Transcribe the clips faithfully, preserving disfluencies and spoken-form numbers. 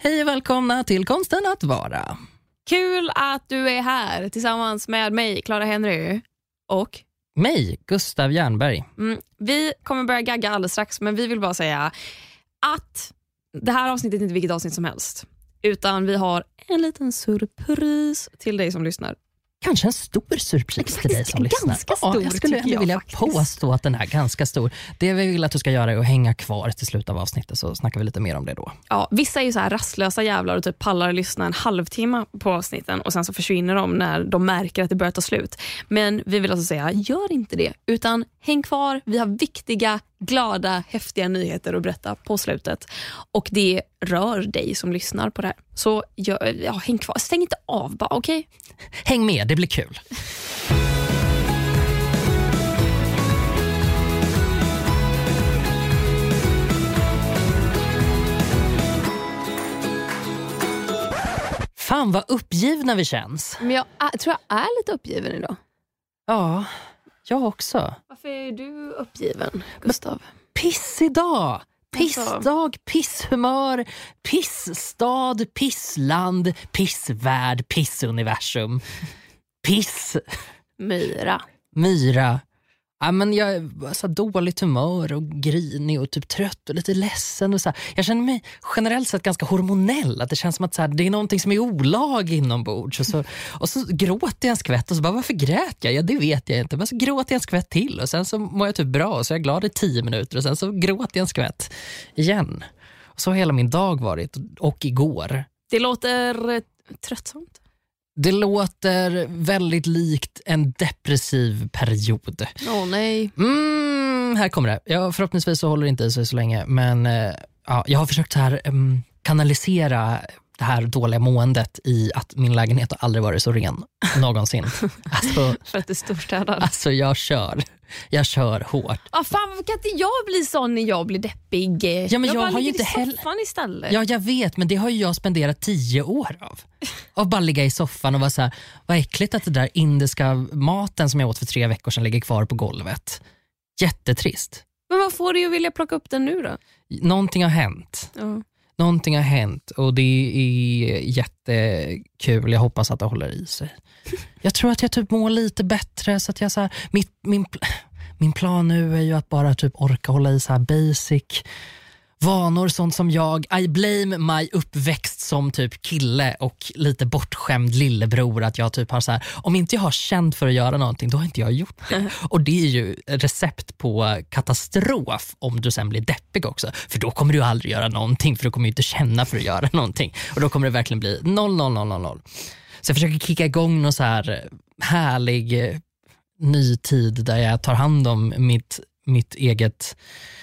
Hej och välkomna till Konsten att vara. Kul att du är här tillsammans med mig, Clara Henry, och mig, Gustav Jernberg. Mm, vi kommer börja gagga alldeles strax, men vi vill bara säga att det här avsnittet är inte vilket avsnitt som helst, utan vi har en liten surpris till dig som lyssnar. Kanske en stor surpris till dig som lyssnar. Ganska stor, ja, jag skulle jag vilja faktiskt. påstå att den är ganska stor. Det vi vill att du ska göra är att hänga kvar till slutet av avsnittet, så snackar vi lite mer om det då. Ja, vissa är ju så här rastlösa jävlar och typ pallar lyssna en halvtimme på avsnitten och sen så försvinner de när de märker att det börjar ta slut. Men vi vill alltså säga, gör inte det, utan häng kvar. Vi har viktiga, glada, häftiga nyheter att berätta på slutet. Och det rör dig som lyssnar på det här. Så ja, ja, häng kvar. Stäng inte av bara, okej? Okay? Häng med, det blir kul. Fan vad uppgivna vi känns. Men jag, jag tror jag är lite uppgiven idag. Ja, jag också. Varför är du uppgiven, Gustav? Pissig dag. Pissdag, pisshumör, pissstad, pissland, pissvärld, pissuniversum. Piss. Myra. Myra. Ja, men jag är så dåligt humör och grinig och typ trött och lite ledsen och så här. Jag känner mig generellt sett ganska hormonell, att det känns som att så här, det är någonting som är olag inombords och så, och så gråter jag en skvätt och så bara, varför grät jag? Ja, det vet jag inte, men så gråter jag en skvätt till och sen så mår jag typ bra och så är jag glad i tio minuter och sen så gråter jag en skvätt igen. Och så har hela min dag varit, och igår. Det låter tröttsamt. Det låter väldigt likt en depressiv period. Åh oh, nej. Mm, här kommer det. Jag förhoppningsvis så håller det inte i sig så länge. Men eh, ja, jag har försökt här um, kanalisera det här dåliga måendet i att min lägenhet har aldrig varit så ren någonsin. Alltså, för att det är storstädad. Alltså jag kör. Jag kör hårt. Ah, fan, kan inte jag bli sån när jag blir deppig? Ja, men jag, jag bara har ju ligger inte i heller... soffan istället. Ja, jag vet, men det har ju jag spenderat tio år av. Av bara ligga i soffan och vara så här, vad äckligt att det där indiska maten som jag åt för tre veckor sedan ligger kvar på golvet. Jättetrist. Men vad får du att vilja plocka upp den nu då? Någonting har hänt. Ja. Någonting har hänt och det är jättekul. Jag hoppas att det håller i sig. Jag tror att jag typ mår lite bättre så att jag så här, mitt, min, min plan nu är ju att bara typ orka hålla i så här basic vanor, sånt som jag. I blame my uppväxt som typ kille och lite bortskämd lillebror, att jag typ har så här, om inte jag har känt för att göra någonting, då har inte jag gjort det. Och det är ju recept på katastrof om du sen blir deppig också. För då kommer du aldrig göra någonting, för då kommer du inte känna för att göra någonting. Och då kommer det verkligen bli noll noll noll noll noll. Så jag försöker kicka igång någon så här härlig ny tid där jag tar hand om mitt, mitt eget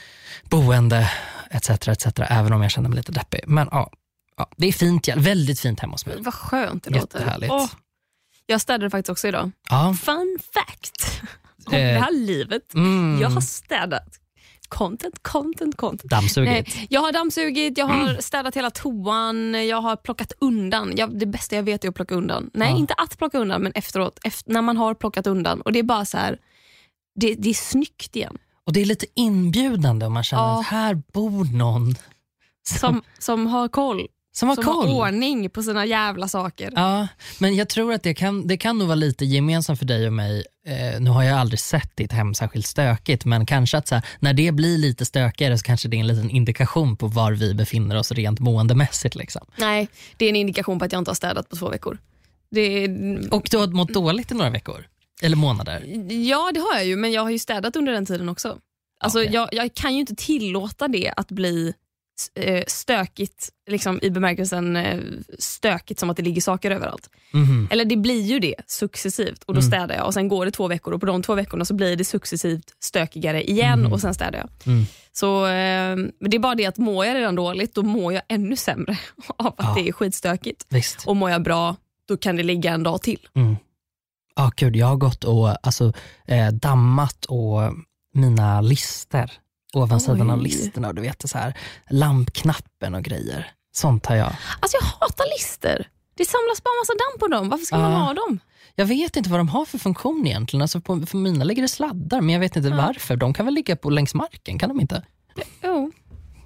boende etc, et cetera, även om jag känner mig lite deppig. Men ja, ja det är fint, ja, väldigt fint hemma hos mig. Vad skönt det låter. Jättehärligt. Åh, jag städade faktiskt också idag. Ja. Fun fact om Eh, det här livet. Mm. Jag har städat. Content, content, content. Dammsugit. Nej, jag har dammsugit, jag har mm. städat hela toan, jag har plockat undan. Jag, det bästa jag vet är att plocka undan. Nej, Ja. inte att plocka undan, men efteråt, efter, när man har plockat undan. Och det är bara så här, det, det är snyggt igen. Och det är lite inbjudande om man känner Ja. att här bor någon Som, som, som har koll. som har Som koll. har ordning på sina jävla saker. Ja, men jag tror att det kan, det kan nog vara lite gemensamt för dig och mig. Eh, nu har jag aldrig sett ditt hem särskilt stökigt, men kanske att så här, när det blir lite stökigare så kanske det är en liten indikation på var vi befinner oss rent måendemässigt. Liksom. Nej, det är en indikation på att jag inte har städat på två veckor. Det är... Och du har mått dåligt i några veckor? Eller månader? Ja, det har jag ju, men jag har ju städat under den tiden också. Alltså, Okay. jag, jag kan ju inte tillåta det att bli eh, stökigt, liksom i bemärkelsen eh, stökigt som att det ligger saker överallt. Mhm. Eller det blir ju det successivt och då Mm. städar jag och sen går det två veckor och på de två veckorna så blir det successivt stökigare igen Mhm. och sen städar jag. Mm. Så eh, det är bara det att mår jag redan dåligt, då mår jag ännu sämre av att Ja. det är skitstökigt. Visst. Och mår jag bra, då kan det ligga en dag till. Mm. Ja, gud, jag har gått och alltså, eh, dammat och mina lister ovansidan av Oj. listerna och du vet det så här lampknappen och grejer. Sånt har jag. Alltså jag hatar lister. Det samlas bara massa damm på dem. Varför ska man Ja. ha dem? Jag vet inte vad de har för funktion egentligen. Alltså på, för mina ligger det sladdar, men jag vet inte Ja. varför. De kan väl ligga på längs marken, kan de inte? Jo.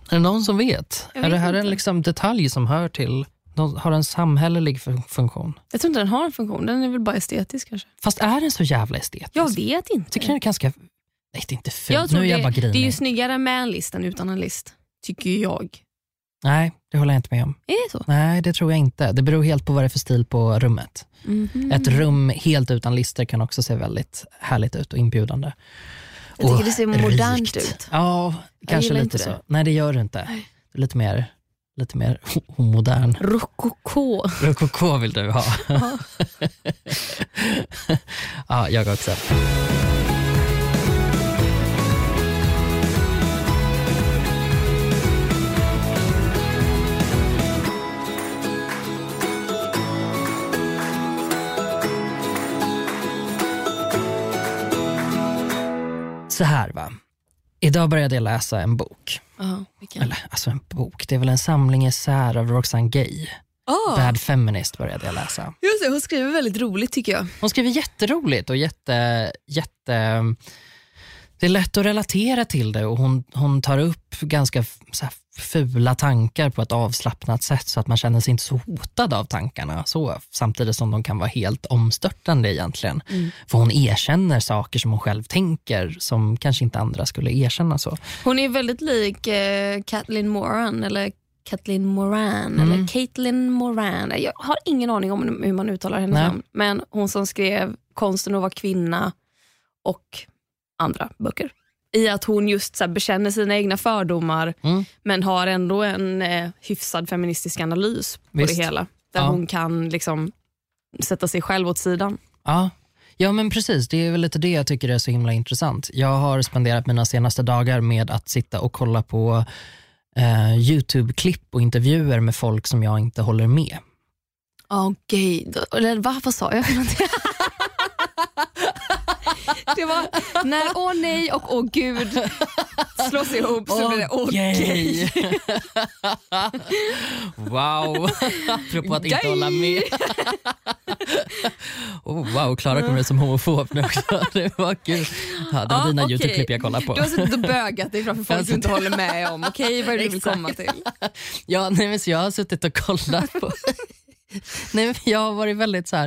Är det någon som vet? vet är det här inte. en liksom detalj som hör till, har en samhällelig funktion? Jag tror inte den har en funktion, den är väl bara estetisk kanske. Fast är den så jävla estetisk? Jag vet inte. Tycker den är ganska... Nej, det är inte fult. Jag tror nu är jag det, bara grinig. det är ju snyggare med en list än utan en list, tycker jag. Nej, det håller jag inte med om. Är det så? Nej, det tror jag inte. Det beror helt på vad det är för stil på rummet. Mm-hmm. Ett rum helt utan lister kan också se väldigt härligt ut och inbjudande. Jag tycker och det ser rikt. modernt ut. Ja, kanske gillar lite inte så. det. Nej, det gör det inte. Det är lite mer, lite mer modern. Rokoko. Rokoko vill du ha. Ja. Ja, jag också. Så här va. Idag började jag läsa en bok. Ja, vilken? Eller alltså en bok. Det är väl en samling essäer av Roxane Gay. Oh. Bad Feminist började jag läsa. Just det, hon skriver väldigt roligt tycker jag. Hon skriver jätteroligt och jätte, jätte... Det är lätt att relatera till det och hon, hon tar upp ganska så här fula tankar på ett avslappnat sätt så att man känner sig inte så hotad av tankarna. Så, samtidigt som de kan vara helt omstörtande egentligen. Mm. För hon erkänner saker som hon själv tänker som kanske inte andra skulle erkänna så. Hon är väldigt lik eh, Kathleen Moran eller Kathleen Moran mm. eller Caitlin Moran. Jag har ingen aning om hur man uttalar hennes namn. Men hon som skrev Konsten att vara kvinna och andra böcker. I att hon just så här, bekänner sina egna fördomar mm. men har ändå en eh, hyfsad feministisk analys på Visst. det hela. Där ja. hon kan liksom sätta sig själv åt sidan. Ja. ja, men precis. Det är väl lite det jag tycker är så himla intressant. Jag har spenderat mina senaste dagar med att sitta och kolla på eh, YouTube-klipp och intervjuer med folk som jag inte håller med. Okej, okay. Varför sa jag inte? Det var när åh nej och åh gud slås ihop så blir det åh gay. Wow. Apropå att inte hålla med. Oh, wow, Klara kommer ut som homofob nu också. Det var kul. Ja, det var ah, dina okay. YouTube-klipp jag kollar på. Du har suttit och bögat dig framför folk som inte håller med om. Okej, okay, vad är det du vill komma till? Ja, nej, men så jag har suttit och kollat på... nej, men jag har varit väldigt så här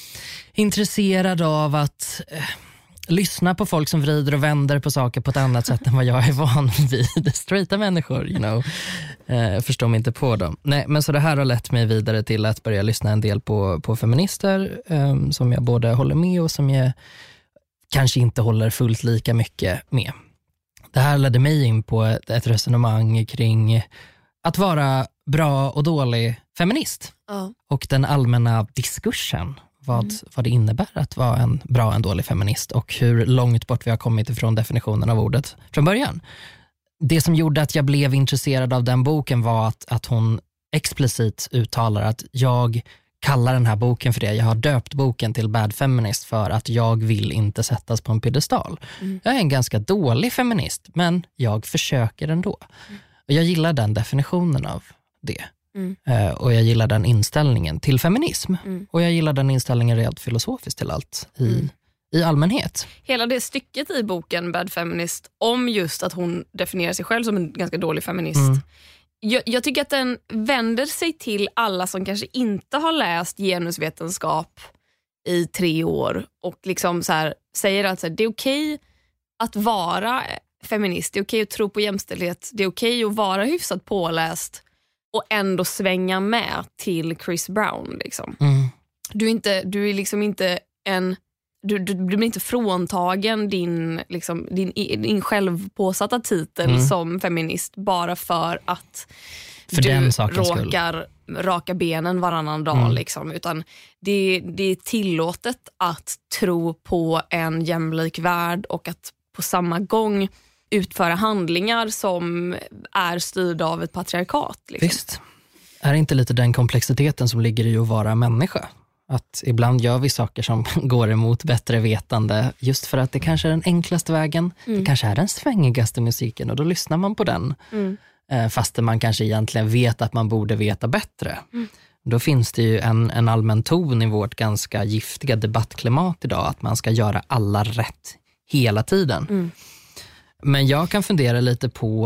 intresserad av att eh, lyssna på folk som vrider och vänder på saker på ett annat sätt än vad jag är van vid. Straighta människor, you know. Eh, förstår mig inte på dem. Nej, men så det här har lett mig vidare till att börja lyssna en del på, på feminister eh, som jag både håller med och som jag kanske inte håller fullt lika mycket med. Det här ledde mig in på ett, ett resonemang kring att vara bra och dålig feminist. Uh. Och den allmänna diskursen. Vad, mm. vad det innebär att vara en bra och en dålig feminist och hur långt bort vi har kommit ifrån definitionen av ordet från början. Det som gjorde att jag blev intresserad av den boken var att, att hon explicit uttalar att jag kallar den här boken för det. Jag har döpt boken till Bad Feminist för att jag vill inte sättas på en piedestal. Mm. Jag är en ganska dålig feminist, men jag försöker ändå. Mm. Och jag gillar den definitionen av det. Mm. Uh, och jag gillar den inställningen till feminism. Mm. Och jag gillar den inställningen rent filosofiskt till allt i, mm. i allmänhet. Hela det stycket i boken Bad Feminist om just att hon definierar sig själv som en ganska dålig feminist. Mm. Jag, jag tycker att den vänder sig till alla som kanske inte har läst genusvetenskap i tre år och liksom så här, säger att så här, det är okej att vara feminist, det är okej att tro på jämställdhet, det är okej att vara hyfsat påläst och ändå svänga med till Chris Brown liksom. Mm. Du är inte du är liksom inte en du, du, du blir inte fråntagen din liksom din, din självpåsatta titel mm. som feminist bara för att för du den råkar skull. raka benen varannan dag mm. liksom, utan det, det är tillåtet att tro på en jämlik värld och att på samma gång utföra handlingar som är styrda av ett patriarkat. Liksom. Visst. Är inte lite den komplexiteten som ligger i att vara människa? Att ibland gör vi saker som går emot bättre vetande just för att det kanske är den enklaste vägen. Mm. Det kanske är den svängigaste musiken och då lyssnar man på den. Mm. Fast man kanske egentligen vet att man borde veta bättre. Mm. Då finns det ju en, en allmän ton i vårt ganska giftiga debattklimat idag att man ska göra alla rätt hela tiden. Mm. Men jag kan fundera lite på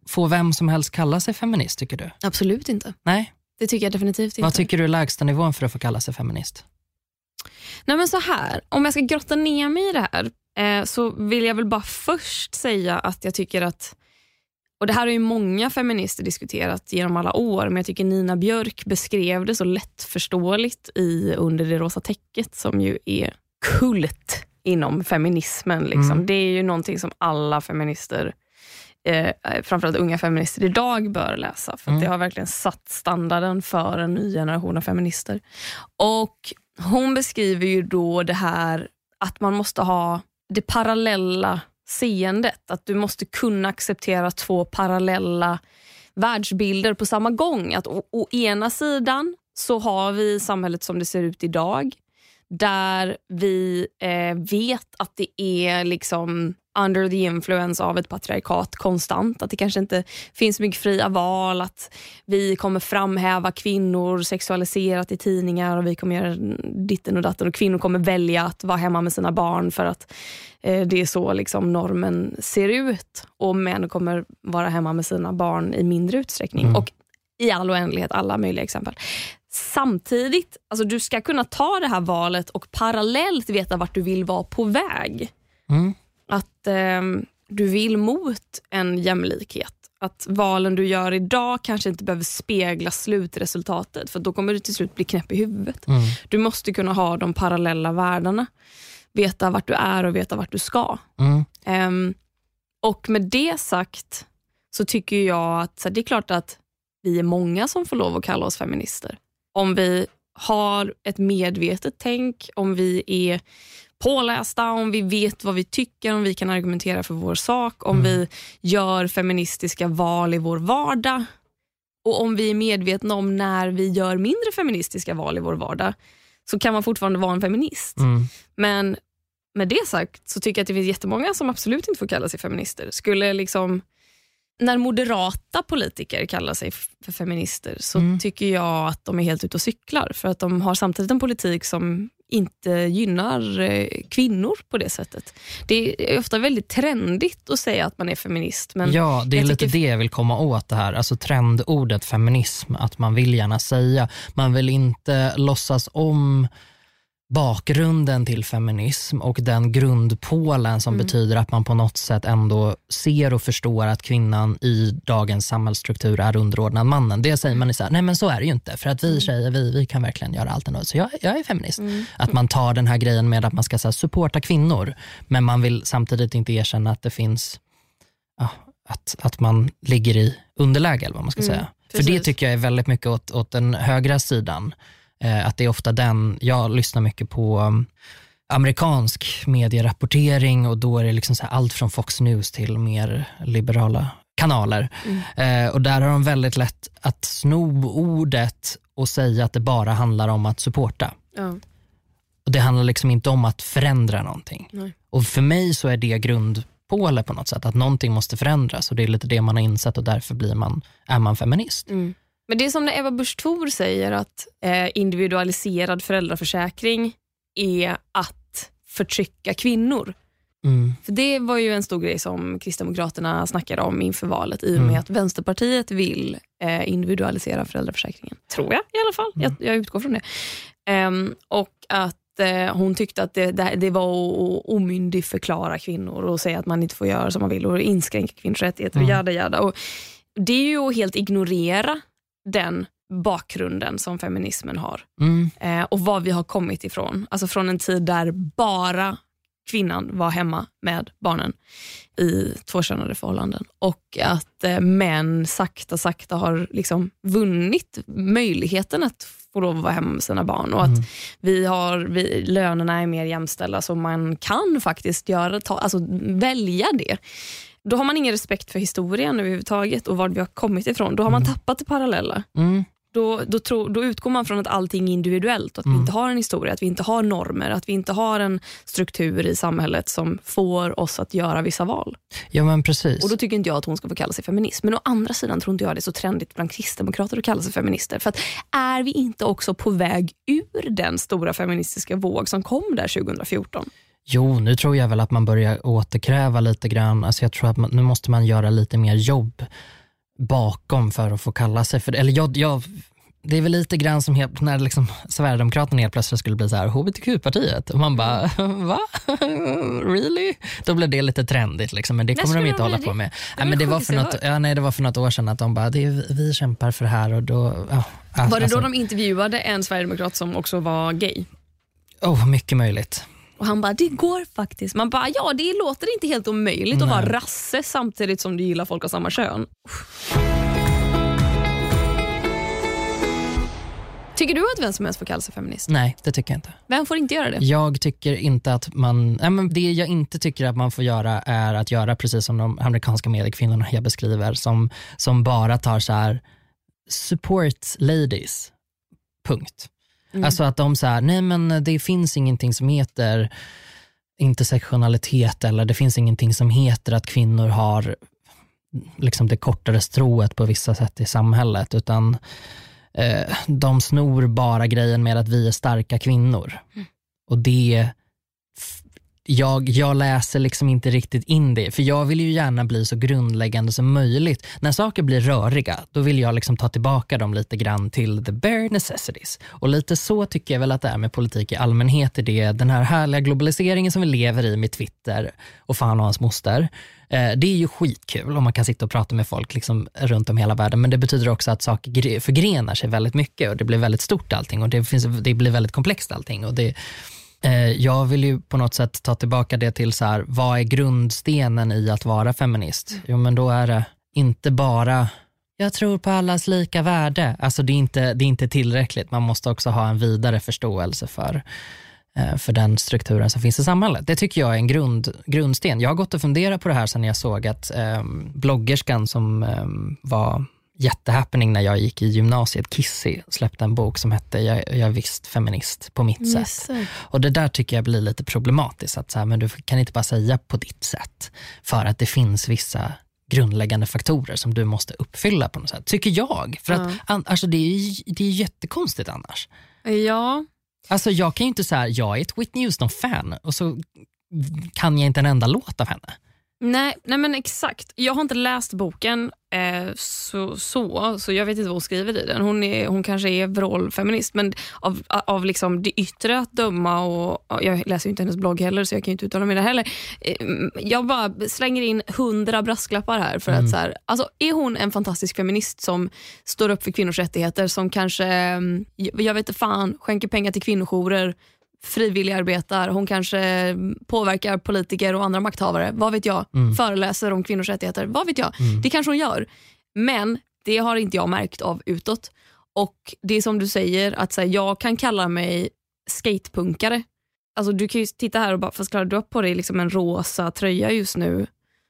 får vem som helst kalla sig feminist, tycker du? Absolut inte. Nej. Det tycker jag definitivt inte. Vad tycker du är lägsta nivån för att få kalla sig feminist? Nej, men så här, om jag ska grotta ner mig i det här eh, så vill jag väl bara först säga att jag tycker att, och det här har ju många feminister diskuterat genom alla år, men jag tycker Nina Björk beskrev det så lättförståeligt i Under det rosa täcket, som ju är kult inom feminismen. Liksom. Mm. Det är ju någonting som alla feminister, eh, framförallt unga feminister idag, bör läsa. För mm. att det har verkligen satt standarden för en ny generation av feminister. Och hon beskriver ju då det här att man måste ha det parallella seendet. Att du måste kunna acceptera två parallella världsbilder på samma gång. Att å, å ena sidan så har vi samhället som det ser ut idag, där vi eh, vet att det är liksom under the influence av ett patriarkat konstant, att det kanske inte finns mycket fria val, att vi kommer framhäva kvinnor sexualiserat i tidningar och vi kommer göra ditten och datten och kvinnor kommer välja att vara hemma med sina barn för att eh, det är så liksom normen ser ut, och män kommer vara hemma med sina barn i mindre utsträckning. Mm. Och i all oändlighet alla möjliga exempel. Samtidigt, alltså du ska kunna ta det här valet och parallellt veta vart du vill vara på väg. Mm. Att eh, du vill mot en jämlikhet. Att valen du gör idag kanske inte behöver spegla slutresultatet, för då kommer du till slut bli knäpp i huvudet. Mm. Du måste kunna ha de parallella världarna. Veta vart du är och veta vart du ska. Mm. Eh, och med det sagt så tycker jag att så det är klart att vi är många som får lov att kalla oss feminister. Om vi har ett medvetet tänk, om vi är pålästa, om vi vet vad vi tycker, om vi kan argumentera för vår sak, om mm. vi gör feministiska val i vår vardag, och om vi är medvetna om när vi gör mindre feministiska val i vår vardag, så kan man fortfarande vara en feminist. Mm. Men med det sagt så tycker jag att det finns jättemånga som absolut inte får kalla sig feminister. Skulle liksom, när moderata politiker kallar sig för feminister, så mm. tycker jag att de är helt ute och cyklar, för att de har samtidigt en politik som inte gynnar eh, kvinnor på det sättet. Det är ofta väldigt trendigt att säga att man är feminist. Men ja, det är lite tycker... det jag vill komma åt det här. Alltså trendordet feminism, att man vill gärna säga. Man vill inte låtsas om bakgrunden till feminism och den grundpålen som mm. betyder att man på något sätt ändå ser och förstår att kvinnan i dagens samhällsstruktur är underordnad mannen. Det säger man i så här, nej men så är det ju inte, för att vi tjejer, vi, vi kan verkligen göra allt ändå. Så jag, jag är feminist. Mm. Att man tar den här grejen med att man ska så här, supporta kvinnor, men man vill samtidigt inte erkänna att det finns, ja, att, att man ligger i underläge eller vad man ska mm. säga. Precis. För det tycker jag är väldigt mycket åt, åt den högra sidan. Att det är ofta den, jag lyssnar mycket på um, amerikansk medierapportering, och då är det liksom så här allt från Fox News till mer liberala kanaler. Mm. Eh, och där har de väldigt lätt att sno ordet och säga att det bara handlar om att supporta. Mm. Och det handlar liksom inte om att förändra någonting. Mm. Och för mig så är det grundpåle på något sätt, att någonting måste förändras, och det är lite det man har insett, och därför blir man, är man feminist. Mm. Men det är som när Eva Busch Thor säger att eh, individualiserad föräldraförsäkring är att förtrycka kvinnor. Mm. För det var ju en stor grej som Kristdemokraterna snackade om inför valet, i och med mm. att Vänsterpartiet vill eh, individualisera föräldraförsäkringen. Tror jag i alla fall. Mm. Jag, jag utgår från det. Um, och att eh, hon tyckte att det, det, det var att omyndigförklara kvinnor och säga att man inte får göra som man vill och inskränka kvinnors rättigheter och mm. jada jada. Och det är ju att helt ignorera den bakgrunden som feminismen har. Mm. Eh, och vad vi har kommit ifrån. Alltså från en tid där bara kvinnan var hemma med barnen i tvåkönade förhållanden. Och att eh, män sakta sakta har liksom vunnit möjligheten att få lov att vara hemma med sina barn. Och mm. att vi har, vi, lönerna är mer jämställda, så man kan faktiskt göra, ta, alltså välja det. Då har man ingen respekt för historien överhuvudtaget och var vi har kommit ifrån. Då har man mm. tappat det parallella. Mm. Då, då, tro, då utgår man från att allting är individuellt. Att mm. vi inte har en historia, att vi inte har normer. Att vi inte har en struktur i samhället som får oss att göra vissa val. Ja, men precis. Och då tycker inte jag att hon ska få kalla sig feminist. Men å andra sidan tror inte jag det är så trendigt bland kristdemokrater att kalla sig feminister. För att är vi inte också på väg ur den stora feministiska våg som kom där tjugo fjorton? Jo, nu tror jag väl att man börjar återkräva lite grann. Alltså jag tror att man, nu måste man göra lite mer jobb bakom för att få kalla sig för det. Eller jag, jag, det är väl lite grann som helt, när liksom Sverigedemokraterna helt plötsligt skulle bli så här H B T Q-partiet. Och man bara, va? Really? Då blev det lite trendigt liksom, men det kommer de inte hålla på med. Nej, men det var för något, ja, nej, det var för något år sedan att de bara, det är, vi kämpar för det här. Och då, ja, var det alltså, då de intervjuade en Sverigedemokrat som också var gay? Oh, mycket möjligt. Och han bara, det går faktiskt. Man bara, ja, det låter inte helt omöjligt Nej. att vara rasse samtidigt som du gillar folk av samma kön. Tycker du att vem som helst får kalla sig feminist? Nej, det tycker jag inte. Vem får inte göra det? Jag tycker inte att man... Nej, men det jag inte tycker att man får göra är att göra precis som de amerikanska mediekvinnorna jag beskriver, som, som bara tar så här support ladies. Punkt. Mm. Alltså att de säger, nej men det finns ingenting som heter intersektionalitet, eller det finns ingenting som heter att kvinnor har liksom det kortare strået på vissa sätt i samhället, utan eh, de snor bara grejen med att vi är starka kvinnor. Mm. Och det jag, jag läser liksom inte riktigt in det, för jag vill ju gärna bli så grundläggande som möjligt. När saker blir röriga, då vill jag liksom ta tillbaka dem lite grann till the bare necessities. Och lite så tycker jag väl att det är med politik i allmänhet, är det den här härliga globaliseringen som vi lever i med Twitter och fan och hans moster. Eh, det är ju skitkul om man kan sitta och prata med folk liksom runt om hela världen, men det betyder också att saker förgrenar sig väldigt mycket och det blir väldigt stort allting, och det, finns, det blir väldigt komplext allting, och det jag vill ju på något sätt ta tillbaka det till så här, vad är grundstenen i att vara feminist? Jo, men då är det inte bara jag tror på allas lika värde. Alltså det är inte, det är inte tillräckligt. Man måste också ha en vidare förståelse för, för den strukturen som finns i samhället. Det tycker jag är en grund, grundsten. Jag har gått och funderat på det här sedan jag såg att eh, bloggerskan som eh, var jättehappening när jag gick i gymnasiet, Kissy, släppte en bok som hette Jag, jag är visst feminist på mitt yes. sätt. Och det där tycker jag blir lite problematiskt. Att så här, men du kan inte bara säga på ditt sätt, för att det finns vissa grundläggande faktorer som du måste uppfylla på något sätt. Tycker jag. För att mm. alltså, det, är, det är jättekonstigt annars. Ja. Alltså jag kan ju inte säga jag är ett Whitney Houston-fan och så kan jag inte en enda låt av henne. Nej, nej men exakt. Jag har inte läst boken eh, så, så så jag vet inte vad hon skriver i den. Hon, är, hon kanske är vrålfeminist, men av, av liksom det yttre att döma, och jag läser ju inte hennes blogg heller så jag kan ju inte uttala mig där heller. Eh, jag bara slänger in hundra brasklappar här för mm. att så här, alltså är hon en fantastisk feminist som står upp för kvinnors rättigheter, som kanske, jag vet inte fan, skänker pengar till kvinnojourer, frivilligarbetar, hon kanske påverkar politiker och andra makthavare, vad vet jag, mm. föreläser om kvinnors rättigheter, vad vet jag, mm. det kanske hon gör, men det har inte jag märkt av utåt. Och det är som du säger, att så här, jag kan kalla mig skatepunkare. Alltså du kan ju titta här och bara, fast klarar du upp på dig liksom en rosa tröja just nu,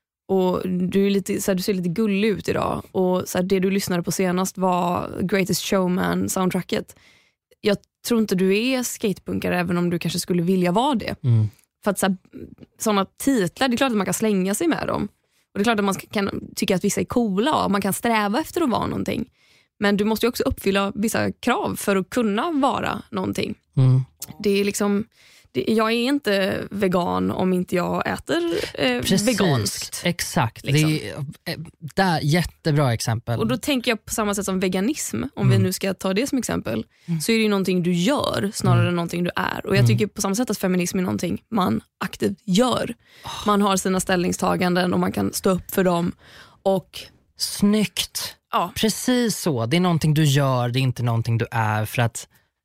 och du, är lite, så här, du ser lite gullig ut idag, och så här, det du lyssnade på senast var Greatest Showman soundtracket. Jag tror inte du är skatepunkare, även om du kanske skulle vilja vara det. Mm. För att så här, sådana titlar, det är klart att man kan slänga sig med dem. Och det är klart att man kan tycka att vissa är coola och man kan sträva efter att vara någonting. Men du måste ju också uppfylla vissa krav för att kunna vara någonting. Mm. Det är liksom... Jag är inte vegan om inte jag äter eh, Precis, veganskt. Exakt, liksom. Det är där, jättebra exempel. Och då tänker jag på samma sätt som veganism, om mm. vi nu ska ta det som exempel, mm. så är det ju någonting du gör snarare mm. än någonting du är. Och jag tycker på samma sätt att feminism är någonting man aktivt gör. Man har sina ställningstaganden och man kan stå upp för dem. Och snyggt. Ja. Precis så, det är någonting du gör, det är inte någonting du är, för att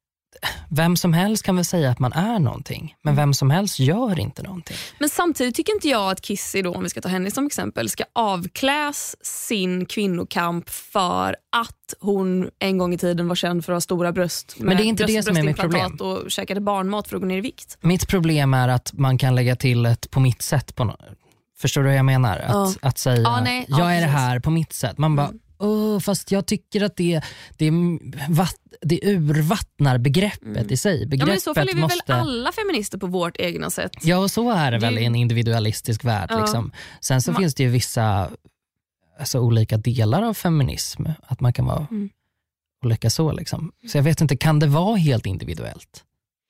vem som helst kan väl säga att man är någonting, men vem som helst gör inte någonting. Men samtidigt tycker inte jag att Kissy då, om vi ska ta henne som exempel, ska avkläs sin kvinnokamp för att hon en gång i tiden var känd för att ha stora bröst. Men det är inte det som är mitt problem. Och käkade barnmat för att gå ner i vikt. Mitt problem är att man kan lägga till ett på mitt sätt på no- Förstår du vad jag menar? Att, ja. att säga, ja, nej, jag ja, är det precis. här på mitt sätt. Man bara, mm. åh, fast jag tycker att det, det, vatt, det urvattnar begreppet mm. i sig. Begreppet ja, men i så fall är vi måste... väl alla feminister på vårt egna sätt. Ja, och så är det, det... väl i en individualistisk värld. Ja. Liksom. Sen så man... finns det ju vissa alltså, olika delar av feminism. Att man kan vara mm. olika så. Liksom. Så jag vet inte, kan det vara helt individuellt?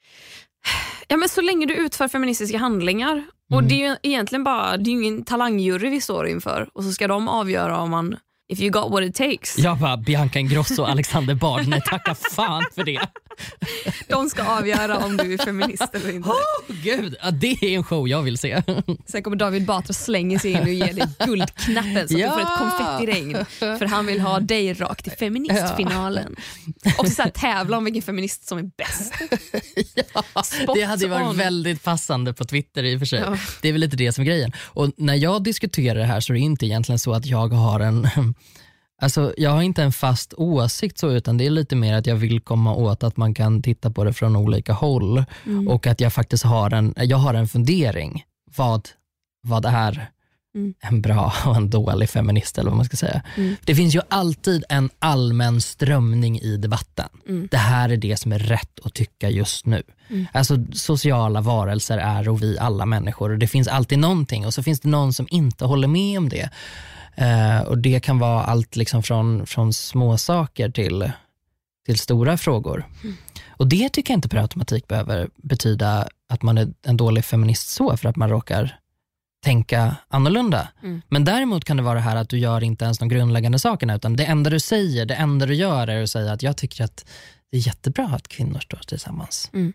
Ja, men så länge du utför feministiska handlingar. Mm. Och det är ju egentligen bara, det är ju ingen talangjury vi står inför. Och så ska de avgöra om man if you got what it takes. Jag bara, Bianca Ingrosso och Alexander Bard, nej tacka fan för det. De ska avgöra om du är feminist eller inte. Oh, gud, ja, det är en show jag vill se. Sen kommer David Batra slänga sig in och ge dig guldknappen så att ja. du får ett konfettiregn. För han vill ha dig rakt i feministfinalen. Ja. Och så här, tävla om vilken feminist som är bäst. Ja, det hade ju varit on. väldigt passande på Twitter i och för sig. Ja. Det är väl lite det som är grejen. Och när jag diskuterar det här så är det inte egentligen så att jag har en... Alltså, jag har inte en fast åsikt så, utan det är lite mer att jag vill komma åt att man kan titta på det från olika håll. Mm. Och att jag faktiskt har en, jag har en fundering. Vad, vad är mm. en bra och en dålig feminist eller vad man ska säga. Mm. Det finns ju alltid en allmän strömning i debatten. Mm. Det här är det som är rätt att tycka just nu. Mm. Alltså sociala varelser är och vi alla människor. Och det finns alltid någonting och så finns det någon som inte håller med om det. Uh, och det kan vara allt liksom från, från små saker till, till stora frågor. Mm. Och det tycker jag inte per automatik behöver betyda att man är en dålig feminist så för att man råkar tänka annorlunda. Mm. Men däremot kan det vara det här att du gör inte ens de grundläggande sakerna, utan det enda du säger, det enda du gör är att säga att jag tycker att det är jättebra att kvinnor står tillsammans. Mm.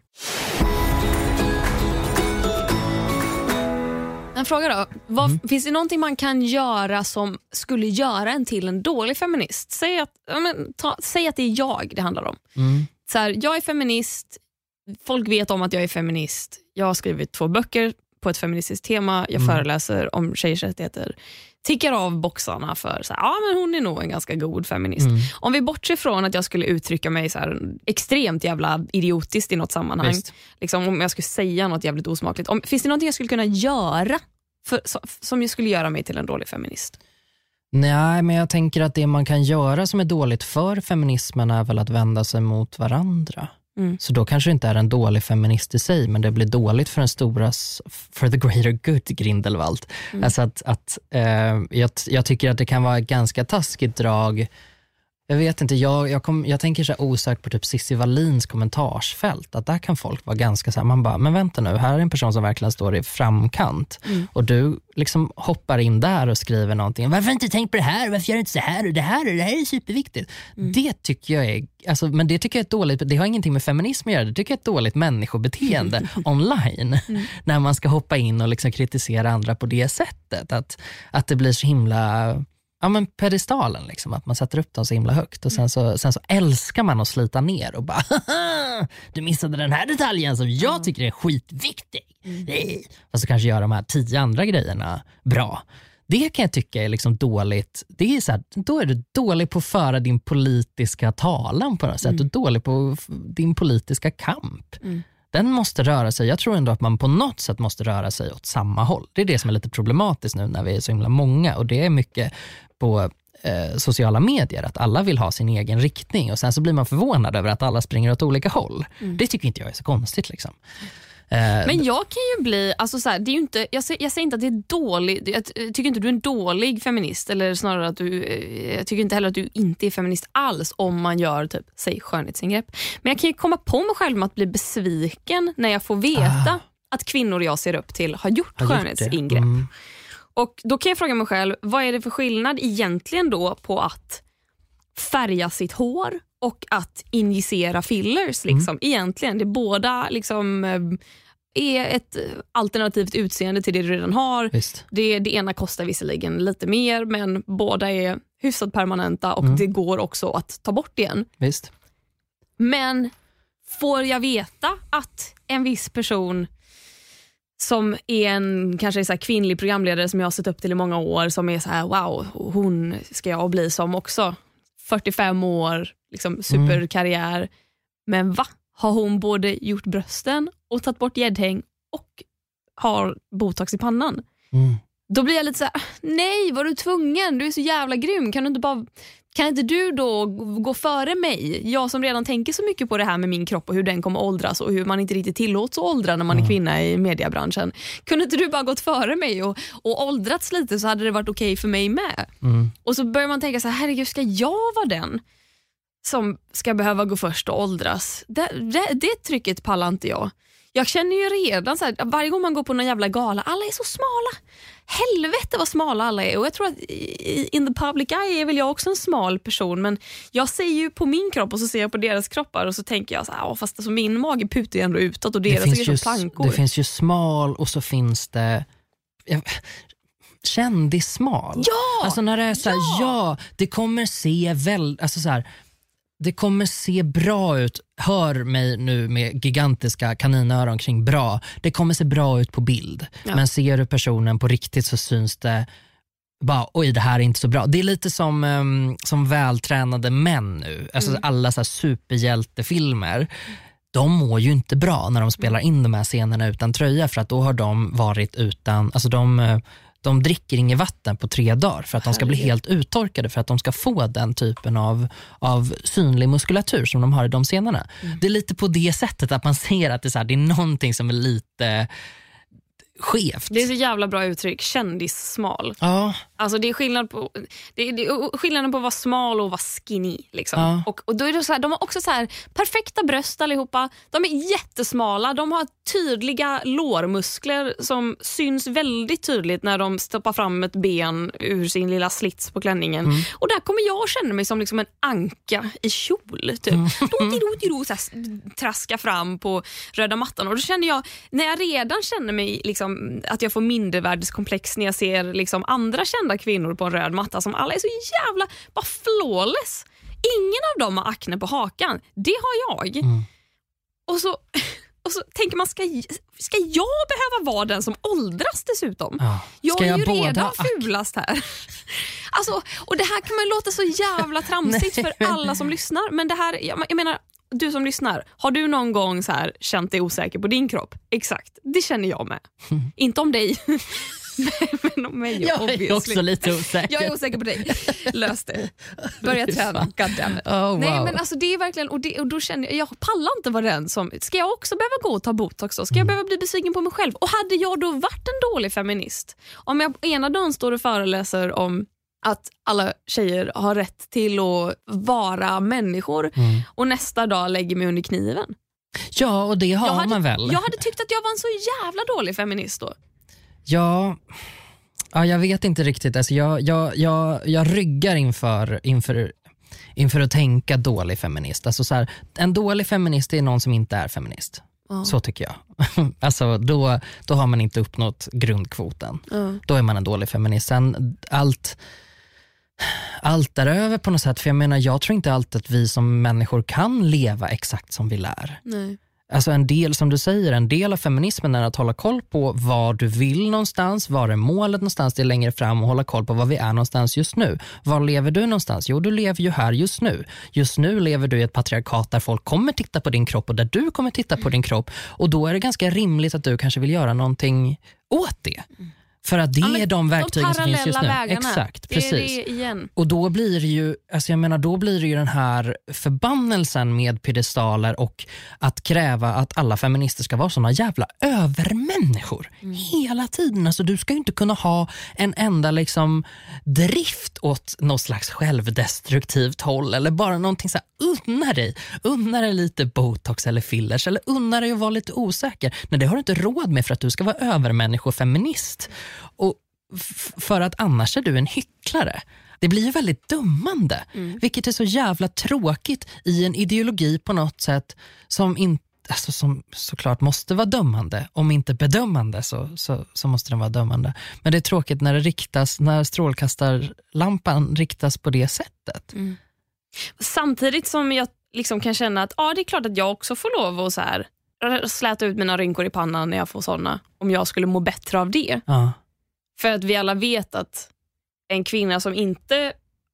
En fråga då. Vad, mm. Finns det någonting man kan göra som skulle göra en till en dålig feminist? Säg att, ja, men, ta, säg att det är jag det handlar om. Mm. Så här, jag är feminist. Folk vet om att jag är feminist. Jag har skrivit två böcker på ett feministiskt tema. Jag mm. föreläser om tjejers rättigheter. Tickar av boxarna för så här, ja men hon är nog en ganska god feminist. Mm. Om vi bortser från att jag skulle uttrycka mig så här extremt jävla idiotiskt i något sammanhang. Liksom, om jag skulle säga något jävligt osmakligt. Om, finns det någonting jag skulle kunna göra för, så, som jag skulle göra mig till en dålig feminist? Nej, men jag tänker att det man kan göra som är dåligt för feminismen är väl att vända sig mot varandra. Mm. Så då kanske det inte är en dålig feminist i sig, men det blir dåligt för den stora, for the greater good, Grindelwald. Mm. Alltså att, att eh, jag, jag tycker att det kan vara ett ganska taskigt drag. Jag vet inte, jag, jag, kom, jag tänker så här osökt på typ Cissi Wallins kommentarsfält, att där kan folk vara ganska så här, man bara, men vänta nu, här är en person som verkligen står i framkant mm. och du liksom hoppar in där och skriver någonting, varför har du inte tänkt på det här, varför gör du inte så här och det här och det här är superviktigt. Mm. Det tycker jag är, alltså, men det tycker jag är ett dåligt, det har ingenting med feminism att göra, det tycker jag är ett dåligt människobeteende online, mm. när man ska hoppa in och liksom kritisera andra på det sättet, att, att det blir så himla... Ja, men pedestalen liksom, att man sätter upp dem så himla högt och sen så, sen så älskar man att slita ner och bara, du missade den här detaljen som jag tycker är skitviktig. Mm. Nej. Och så kanske göra de här tio andra grejerna bra. Det kan jag tycka är liksom dåligt. Det är så här, då är du dålig på att föra din politiska talan på något sätt. Mm. Du är dålig på din politiska kamp. Mm. Den måste röra sig. Jag tror ändå att man på något sätt måste röra sig åt samma håll. Det är det som är lite problematiskt nu när vi är så himla många. Och det är mycket på eh, sociala medier att alla vill ha sin egen riktning. Och sen så blir man förvånad över att alla springer åt olika håll. Mm. Det tycker inte jag är så konstigt liksom. Men jag kan ju bli, alltså så här, det är ju inte, jag, säger, jag säger inte att det är dåligt, jag tycker inte du är en dålig feminist, eller snarare att du, jag tycker inte heller att du inte är feminist alls om man gör typ, säg skönhetsingrepp. Men jag kan ju komma på mig själv med att bli besviken när jag får veta ah. att kvinnor jag ser upp till har gjort har skönhetsingrepp. Gjort mm. Och då kan jag fråga mig själv, vad är det för skillnad egentligen då på att färga sitt hår och att injicera fillers liksom. Mm. Egentligen, det båda liksom är ett alternativt utseende till det du redan har. Det, det ena kostar visserligen lite mer, men båda är hyfsat permanenta och mm. det går också att ta bort igen. Visst. Men får jag veta att en viss person som är en kanske så här kvinnlig programledare som jag har sett upp till i många år, som är så här, wow, hon ska jag bli som också. fyrtiofem år, liksom superkarriär. Mm. Men va? Har hon både gjort brösten och tagit bort gäddhäng och har botox i pannan? Mm. Då blir jag lite så här, nej, var du tvungen? Du är så jävla grym. Kan du inte bara... Kan inte du då gå före mig? Jag som redan tänker så mycket på det här med min kropp och hur den kommer åldras och hur man inte riktigt tillåts att åldra när man mm. är kvinna i mediebranschen. Kunde inte du bara gått före mig och, och åldrats lite, så hade det varit okej för mig med. Mm. Och så börjar man tänka så här, herregud, ska jag vara den som ska behöva gå först och åldras? Det, det, det trycket pallar inte jag. Jag känner ju redan så här, varje gång man går på någon jävla gala, alla är så smala. Helvete vad smala alla är. Och jag tror att in the public eye är väl jag också en smal person. Men jag ser ju på min kropp och så ser jag på deras kroppar och så tänker jag så här, fast alltså, min mage putar ju ändå utåt och deras är så plankor. Det finns ju smal och så finns det... Jag, kändissmal. Ja! Alltså när det är så här, ja, ja det kommer se väl... Alltså så här, det kommer se bra ut. Hör mig nu med gigantiska kaninöron kring bra. Det kommer se bra ut på bild. Ja. Men ser du personen på riktigt så syns det bara, oj det här är inte så bra. Det är lite som, um, som vältränade män nu. Alltså mm. alla så här superhjältefilmer. De mår ju inte bra när de spelar in de här scenerna utan tröja. För att då har de varit utan... Alltså de... De dricker inget vatten på tre dagar för att de ska bli helt uttorkade, för att de ska få den typen av, av synlig muskulatur som de har i de scenerna. Mm. Det är lite på det sättet att man ser att det är, så här, det är någonting som är lite skevt. Det är så jävla bra uttryck, kändissmal. Ja. Alltså det är skillnad på det är, det är skillnaden på att vara smal och vara skinny liksom. Ja. Och, och då är det så här, de har också så här perfekta bröst allihopa. De är jättesmala, de har tydliga lårmuskler som syns väldigt tydligt när de stoppar fram ett ben ur sin lilla slits på klänningen. Mm. Och där kommer jag att känna mig som liksom en anka i kjol typ. Mm. Då, så här, traska fram på röda mattan och då känner jag, när jag redan känner mig liksom, att jag får mindervärdeskomplex när jag ser liksom andra kända kvinnor på en röd matta som alla är så jävla bara flawless. Ingen av dem har akne på hakan. Det har jag. Mm. Och så och så tänker man, ska, ska jag behöva vara den som åldras dessutom? Ja. Jag är jag ju redan ak- fulast här. Alltså, och det här kan man låta så jävla tramsigt för alla som lyssnar. Men det här, jag, jag menar, du som lyssnar, har du någon gång så här känt dig osäker på din kropp? Exakt, det känner jag med. Mm. Inte om dig. Men om mig, jag obviously. är också lite osäker. Jag är osäker på dig. Lös det. Börja träna. Goddammit. Oh, wow. Nej, men alltså det är verkligen, och, det, och då känner jag, jag pallar inte vara den som, ska jag också behöva gå och ta botox då? Ska jag mm. behöva bli besviken på mig själv? Och hade jag då varit en dålig feminist, om jag ena dagen står och föreläser om att alla tjejer har rätt till att vara människor mm. och nästa dag lägger mig under kniven. Ja, och det har jag hade, man väl. Jag hade tyckt att jag var en så jävla dålig feminist då. Ja, ja jag vet inte riktigt. Alltså jag, jag, jag, jag ryggar inför, inför, inför att tänka dålig feminist. Alltså så här, en dålig feminist är någon som inte är feminist. Oh. Så tycker jag. Alltså då, då har man inte uppnått grundkvoten. Oh. Då är man en dålig feminist. Sen allt... allt däröver på något sätt, för jag menar, jag tror inte alltid att vi som människor kan leva exakt som vi lär. Nej. Alltså en del, som du säger, en del av feminismen är att hålla koll på vad du vill någonstans, var är målet någonstans, det är längre fram, och hålla koll på vad vi är någonstans just nu. Var lever du någonstans? Jo, du lever ju här just nu. Just nu lever du i ett patriarkat där folk kommer titta på din kropp och där du kommer titta på din kropp, och då är det ganska rimligt att du kanske vill göra någonting åt det. För att det ja, är de verktygen de som finns just nu. Vägarna. Exakt, det precis. Är det igen. Och då blir det ju, alltså jag menar, då blir det ju den här förbannelsen med piedestaler och att kräva att alla feminister ska vara såna jävla övermänniskor mm. hela tiden. Alltså du ska ju inte kunna ha en enda liksom drift åt något slags självdestruktivt håll, eller bara någonting så här, unna dig, unna dig lite botox eller fillers, eller unna dig att vara lite osäker. Nej, det har du inte råd med för att du ska vara övermänniskofeminist. Och f- för att annars är du en hycklare. Det blir ju väldigt dömande, mm. vilket är så jävla tråkigt i en ideologi på något sätt som inte, alltså som såklart måste vara dömande. Om inte bedömande så, så, så måste den vara dömande. Men det är tråkigt när det riktas, när strålkastarlampan riktas på det sättet. Mm. Samtidigt som jag liksom kan känna att ja, det är klart att jag också får lov att så här släta ut mina rynkor i pannan när jag får såna, om jag skulle må bättre av det. Ja. För att vi alla vet att en kvinna som inte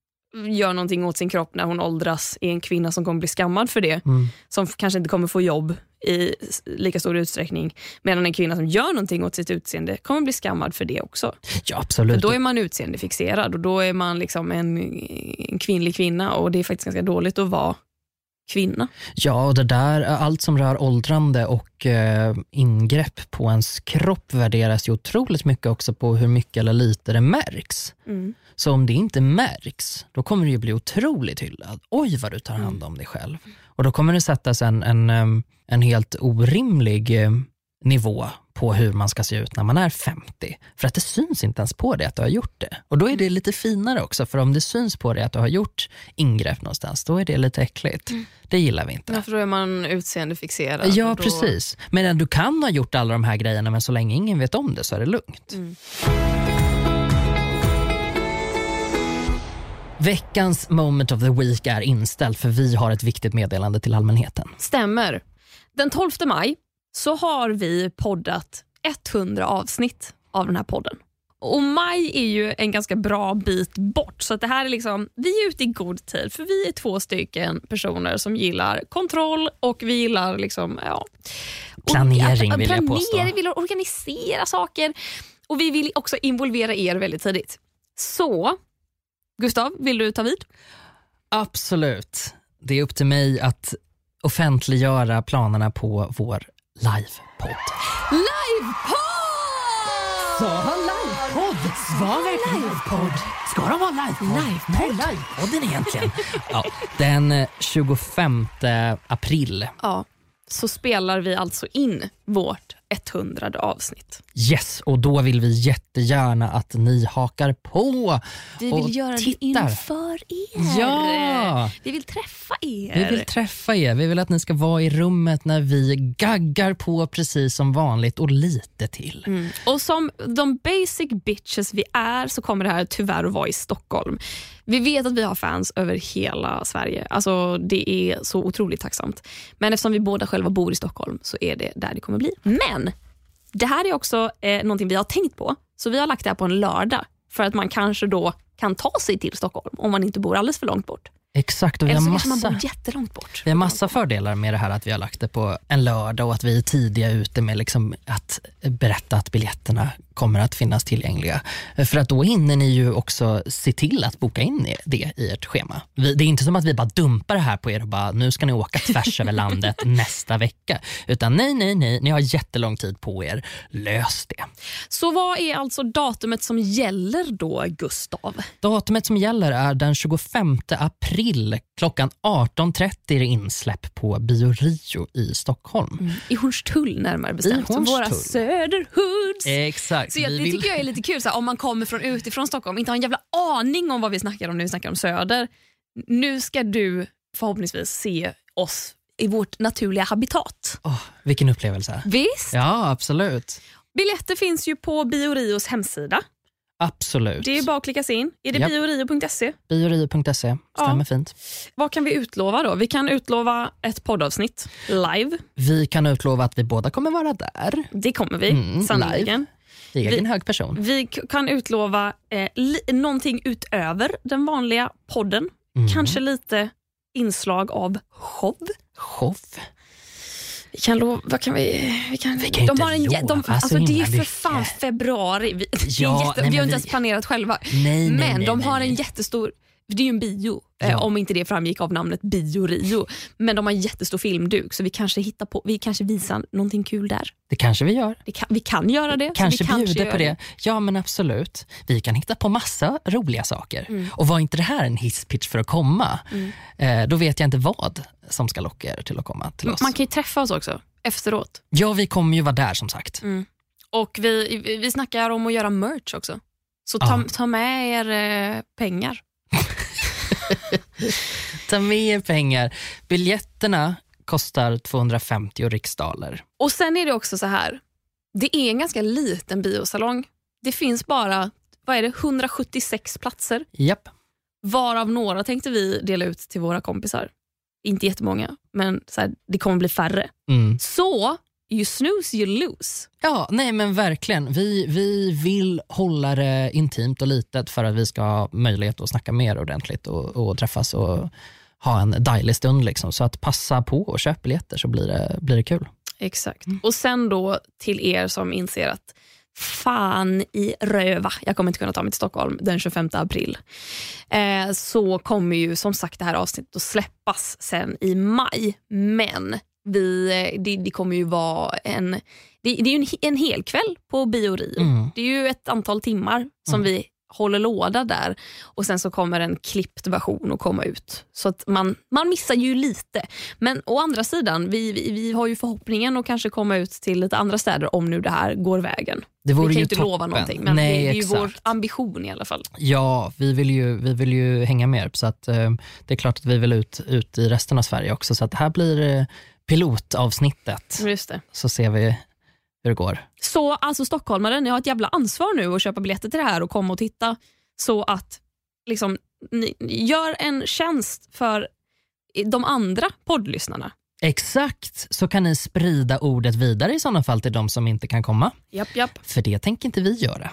gör någonting åt sin kropp när hon åldras är en kvinna som kommer bli skammad för det. Mm. Som kanske inte kommer få jobb i lika stor utsträckning. Medan en kvinna som gör någonting åt sitt utseende kommer bli skammad för det också. Ja, absolut. För då är man utseendefixerad och då är man liksom en, en kvinnlig kvinna, och det är faktiskt ganska dåligt att vara kvinna. Ja, och det där, allt som rör åldrande och eh, ingrepp på ens kropp värderas ju otroligt mycket också på hur mycket eller lite det märks. Mm. Så om det inte märks, då kommer det ju bli otroligt hyllad. Oj vad du tar hand om dig själv. Och då kommer det sättas en, en, en helt orimlig nivå på hur man ska se ut när man är femtio. För att det syns inte ens på det att du har gjort det. Och då är det lite finare också, för om det syns på det att du har gjort ingrepp någonstans, då är det lite äckligt. Mm. Det gillar vi inte. Ja, för då är man utseendefixerad. Ja, då... precis. Men du kan ha gjort alla de här grejerna, men så länge ingen vet om det så är det lugnt. Mm. Veckans moment of the week är inställd, för vi har ett viktigt meddelande till allmänheten. Stämmer. Den tolfte maj så har vi poddat hundra avsnitt av den här podden. Och maj är ju en ganska bra bit bort, så att det här är liksom, vi är ute i god tid, för vi är två stycken personer som gillar kontroll och vi gillar liksom, ja, planering och, vill jag påstå. Planera, vi vill organisera saker och vi vill också involvera er väldigt tidigt. Så, Gustav, vill du ta vid? Absolut. Det är upp till mig att offentliggöra planerna på vår livepodd. Livepodd! Så har livepodd. Var verkligen livepodd? Ska de ha livepodd? Livepodd? Nej, livepodden egentligen. Ja, den tjugofemte april. Ja, så spelar vi alltså in vårt hundrade avsnitt. Yes, och då vill vi jättegärna att ni hakar på. Vi vill göra tittar. det inför er. Ja. Vi vill träffa er. Vi vill träffa er. Vi vill att ni ska vara i rummet när vi gaggar på precis som vanligt och lite till. Mm. Och som de basic bitches vi är så kommer det här tyvärr att vara i Stockholm. Vi vet att vi har fans över hela Sverige. Alltså det är så otroligt tacksamt. Men eftersom vi båda själva bor i Stockholm så är det där det kommer bli. Men det här är också eh, någonting vi har tänkt på. Så vi har lagt det här på en lördag. För att man kanske då kan ta sig till Stockholm om man inte bor alldeles för långt bort. Exakt, och vi Eller har så massa, man bor jättelångt bort. Vi har massa fördelar med det här att vi har lagt det på en lördag och att vi är tidiga ute med liksom att berätta att biljetterna kommer att finnas tillgängliga. För att då hinner ni ju också se till att boka in det i ert schema. Det är inte som att vi bara dumpar det här på er och bara nu ska ni åka tvärs över landet nästa vecka. Utan nej, nej, nej, ni har jättelång tid på er. Lös det. Så vad är alltså datumet som gäller då, Gustav? Datumet som gäller är den tjugofemte april. Klockan arton trettio är det insläpp på Bio Rio i Stockholm. Mm. I Hornstull närmare bestämt. Som våra söderhoods. Exakt. Så jag, det vill... tycker jag är lite kul. Så här, om man kommer från utifrån Stockholm, inte har en jävla aning om vad vi snackar om när vi snackar om söder. Nu ska du förhoppningsvis se oss i vårt naturliga habitat. Oh, vilken upplevelse. Visst? Ja, absolut. Biljetter finns ju på Bio Rios hemsida. Absolut. Det är bara att klicka sig in. Är det yep. biorio punkt se? biorio punkt se, stämmer ja. Fint. Vad kan vi utlova då? Vi kan utlova ett poddavsnitt live. Vi kan utlova att vi båda kommer vara där. Det kommer vi, mm, sannoliken. Live. Egen vi, hög person. Vi kan utlova eh, li- någonting utöver den vanliga podden. Mm. Kanske lite inslag av show. Show? Vi kan lova, vad kan vi, vi kan, vi kan de inte har en, lova de, alltså det är för mycket. fan februari. Vi, ja, jätte, nej, vi har inte vi, ens planerat själva. Nej, nej, men nej, de nej, har nej. en jättestor, det är ju en bio, ja. eh, om inte det framgick av namnet Bio Rio. Men de har en jättestor filmduk så vi kanske hittar på, vi kanske visar någonting kul där. Det kanske vi gör. Det kan, vi kan göra det. Kanske vi bjuder kanske på det. Ja, men absolut. Vi kan hitta på massa roliga saker. Mm. Och var inte det här en hisspitch för att komma, mm. eh, då vet jag inte vad som ska locka er till att komma till oss. Man kan ju träffa oss också efteråt. Ja, vi kommer ju vara där som sagt. Mm. Och vi, vi snackar om att göra merch också. Så ta, ja. ta med er eh, pengar. Ta med er pengar. Biljetterna kostar tvåhundrafemtio riksdaler. Och sen är det också så här. Det är en ganska liten biosalong. Det finns bara, vad är det, hundrasjuttiosex platser. Japp. Varav några tänkte vi dela ut till våra kompisar. Inte jättemånga, men så här, det kommer bli färre. Mm. Så, you snooze, you lose. Ja, nej men verkligen. Vi, vi vill hålla det intimt och litet för att vi ska ha möjlighet att snacka mer ordentligt och, och träffas och ha en dejlig stund liksom. Så att passa på och köpa biljetter så blir det, blir det kul. Exakt. Mm. Och sen då till er som inser att fan i röva, jag kommer inte kunna ta mig till Stockholm den tjugofemte april. Eh, så kommer ju som sagt det här avsnittet att släppas sen i maj. Men vi, det, det kommer ju vara en det, det är ju en, en hel kväll på Bio Rio. Mm. Det är ju ett antal timmar som mm. vi håller låda där och sen så kommer en klippt version att komma ut. Så att man, man missar ju lite. Men å andra sidan, vi, vi, vi har ju förhoppningen att kanske komma ut till lite andra städer om nu det här går vägen. Det vore vi kan ju inte toppen. lova någonting, men Nej, det är ju exakt. vår ambition i alla fall. Ja, vi vill ju, vi vill ju hänga med, så att eh, det är klart att vi vill ut, ut i resten av Sverige också. Så att här blir eh, pilotavsnittet. Just det. Så ser vi hur det går. Så alltså stockholmare, ni har ett jävla ansvar nu att köpa biljetter till det här och komma och titta, så att liksom ni gör en tjänst för de andra poddlyssnarna. Exakt, så kan ni sprida ordet vidare i sådana fall till de som inte kan komma. Japp, japp. För det tänker inte vi göra.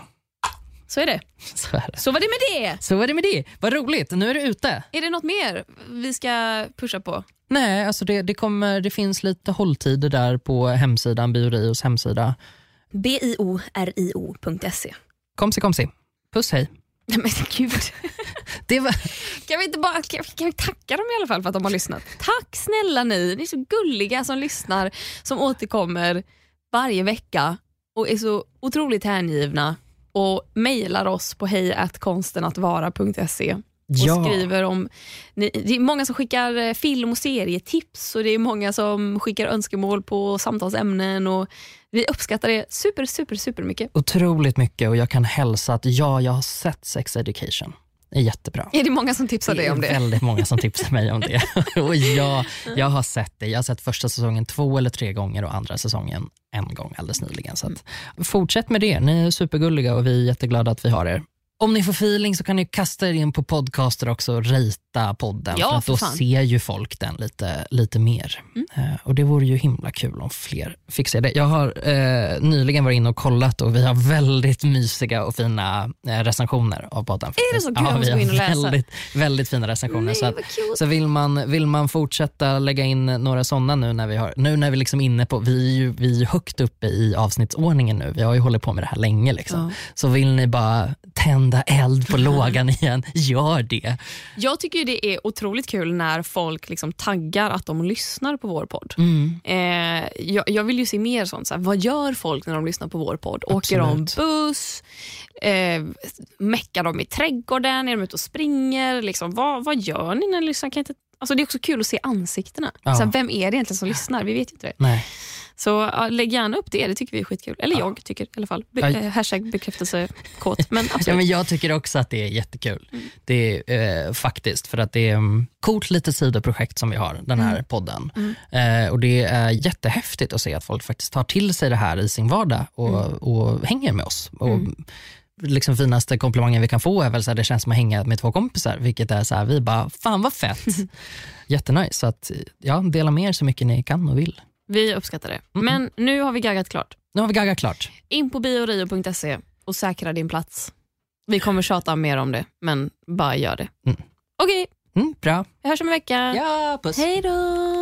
Så är det. Så är det. Så var det med det. Så var det med det. Vad roligt, nu är det ute. Är det något mer vi ska pusha på? Nej, alltså det, det, kommer, det finns lite hålltider där på hemsidan, Biorios hemsida. B I O R I O punkt se. Komsi, komsi. Puss, hej. Nej men gud. Det var... Kan vi inte bara kan, kan vi tacka dem i alla fall för att de har lyssnat? Tack snälla ni, ni är så gulliga som lyssnar, som återkommer varje vecka och är så otroligt hängivna och mejlar oss på hej at konstenatvara punkt se. Och Ja. skriver om, det är många som skickar film- och serietips och det är många som skickar önskemål på samtalsämnen och vi uppskattar det super, super, super mycket. Otroligt mycket, och jag kan hälsa att ja, jag har sett Sex Education. Det är jättebra. Är det många som tipsar dig om det? Det är väldigt många som tipsar mig om det. Och jag, jag har sett det. Jag har sett första säsongen två eller tre gånger och andra säsongen en gång alldeles nyligen. Så att, fortsätt med det. Ni är supergulliga och vi är jätteglada att vi har er. Om ni får feeling så kan ni kasta er in på podcaster också och rita podden. Ja, för att då för fan. ser ju folk den lite, lite mer. Mm. Eh, och det vore ju himla kul om fler fick se det. Jag har eh, nyligen varit inne och kollat och vi har väldigt mysiga och fina eh, recensioner av podden. Är det så kul? Ja, Jag måste vi gå in och har läsa. väldigt, väldigt fina recensioner. Nej, så att, vad kul. så vill man, vill man fortsätta lägga in några sådana nu när vi har, nu när vi liksom inne på, vi är ju vi är ju högt uppe i avsnittsordningen nu. Vi har ju hållit på med det här länge liksom. Ja. Så vill ni bara tända eld på lågan igen, gör det. Jag tycker ju det är otroligt kul när folk liksom taggar att de lyssnar på vår podd. Mm. Eh, jag, jag vill ju se mer sånt. Så här, vad gör folk när de lyssnar på vår podd? Åker de Absolut. buss? Eh, mäckar de i trädgården? Är de ute och springer? Liksom, vad, vad gör ni när ni lyssnar? Kan inte... alltså, det är också kul att se ansiktena. Ja. Så här, vem är det egentligen som lyssnar? Vi vet inte det. Nej. Så ja, lägg gärna upp det, det tycker vi är skitkul. Eller Ja. jag tycker i alla fall. Be- Ja. eh, hashtag bekräftelsekåt. Men Ja, absolut. men jag tycker också att det är jättekul. Mm. Det är eh, faktiskt för att det är um, coolt litet sidoprojekt som vi har, den här Mm. podden. Mm. Eh, och det är jättehäftigt att se att folk faktiskt tar till sig det här i sin vardag och, Mm. och hänger med oss. Och Mm. liksom finaste komplimangen vi kan få är väl så här, det känns som att hänga med två kompisar, vilket är så här, vi bara, fan vad fett. Jättenice, så att ja, dela med er så mycket ni kan och vill. Vi uppskattar det. Mm. Men nu har vi gaggat klart. Nu har vi gaggat klart. In på biorio punkt se och säkra din plats. Vi kommer tjata mer om det, men bara gör det. Mm. Okej, Mm, bra. vi hörs om en vecka. Ja, puss. Hej då!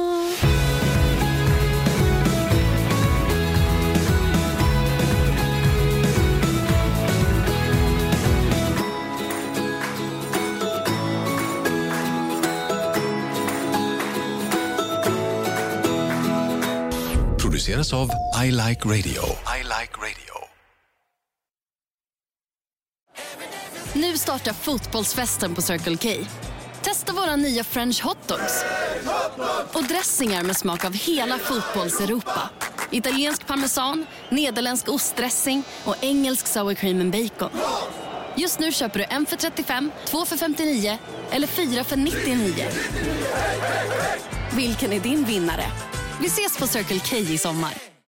Produceras av I Like Radio. I Like Radio. Nu startar fotbollsfesten på Circle K. Testa våra nya French hotdogs och dressingar med smak av hela fotbolls-Europa. Italiensk parmesan, nederländsk ostdressing och engelsk sour cream and bacon. Just nu köper du en för trettiofem, två för femtionio eller fyra för nittionio. Vilken är din vinnare? Vi ses på Circle K i sommar.